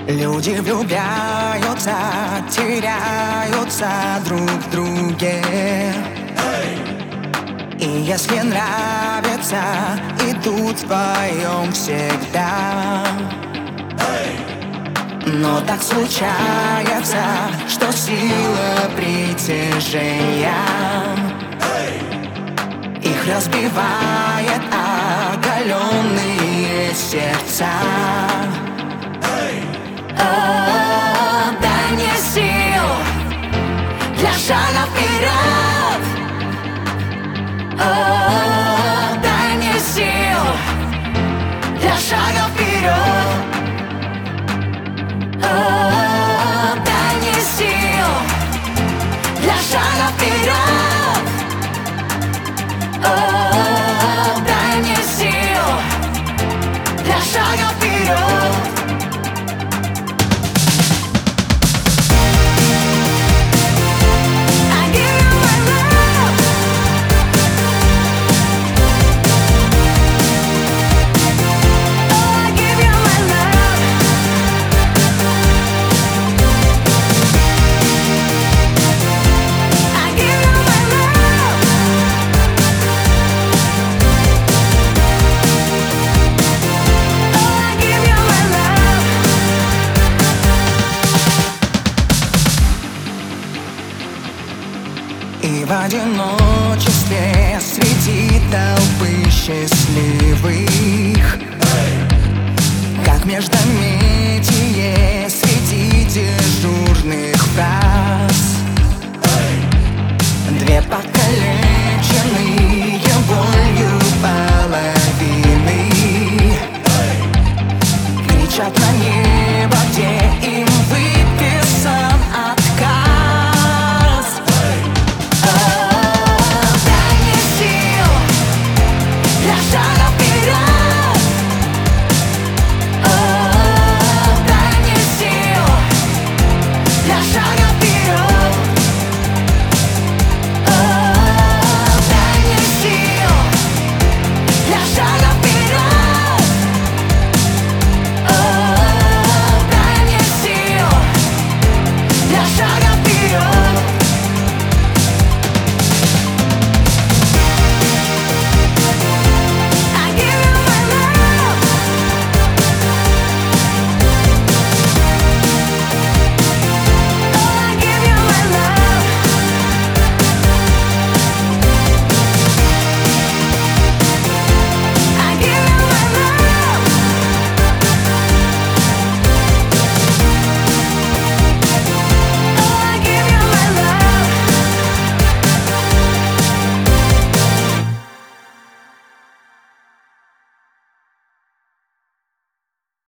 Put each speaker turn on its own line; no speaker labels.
Люди влюбляются, теряются друг в друге. И если нравится, идут вдвоем всегда. Но так случается, что сила притяжения их разбивает оголенные сердца. Дай мне сил для шага вперед. Дай мне сил для шага вперед. Дай мне сил для шага вперед. Дай мне сил для шага вперед. И в одиночестве среди толпы счастливых, как между мирами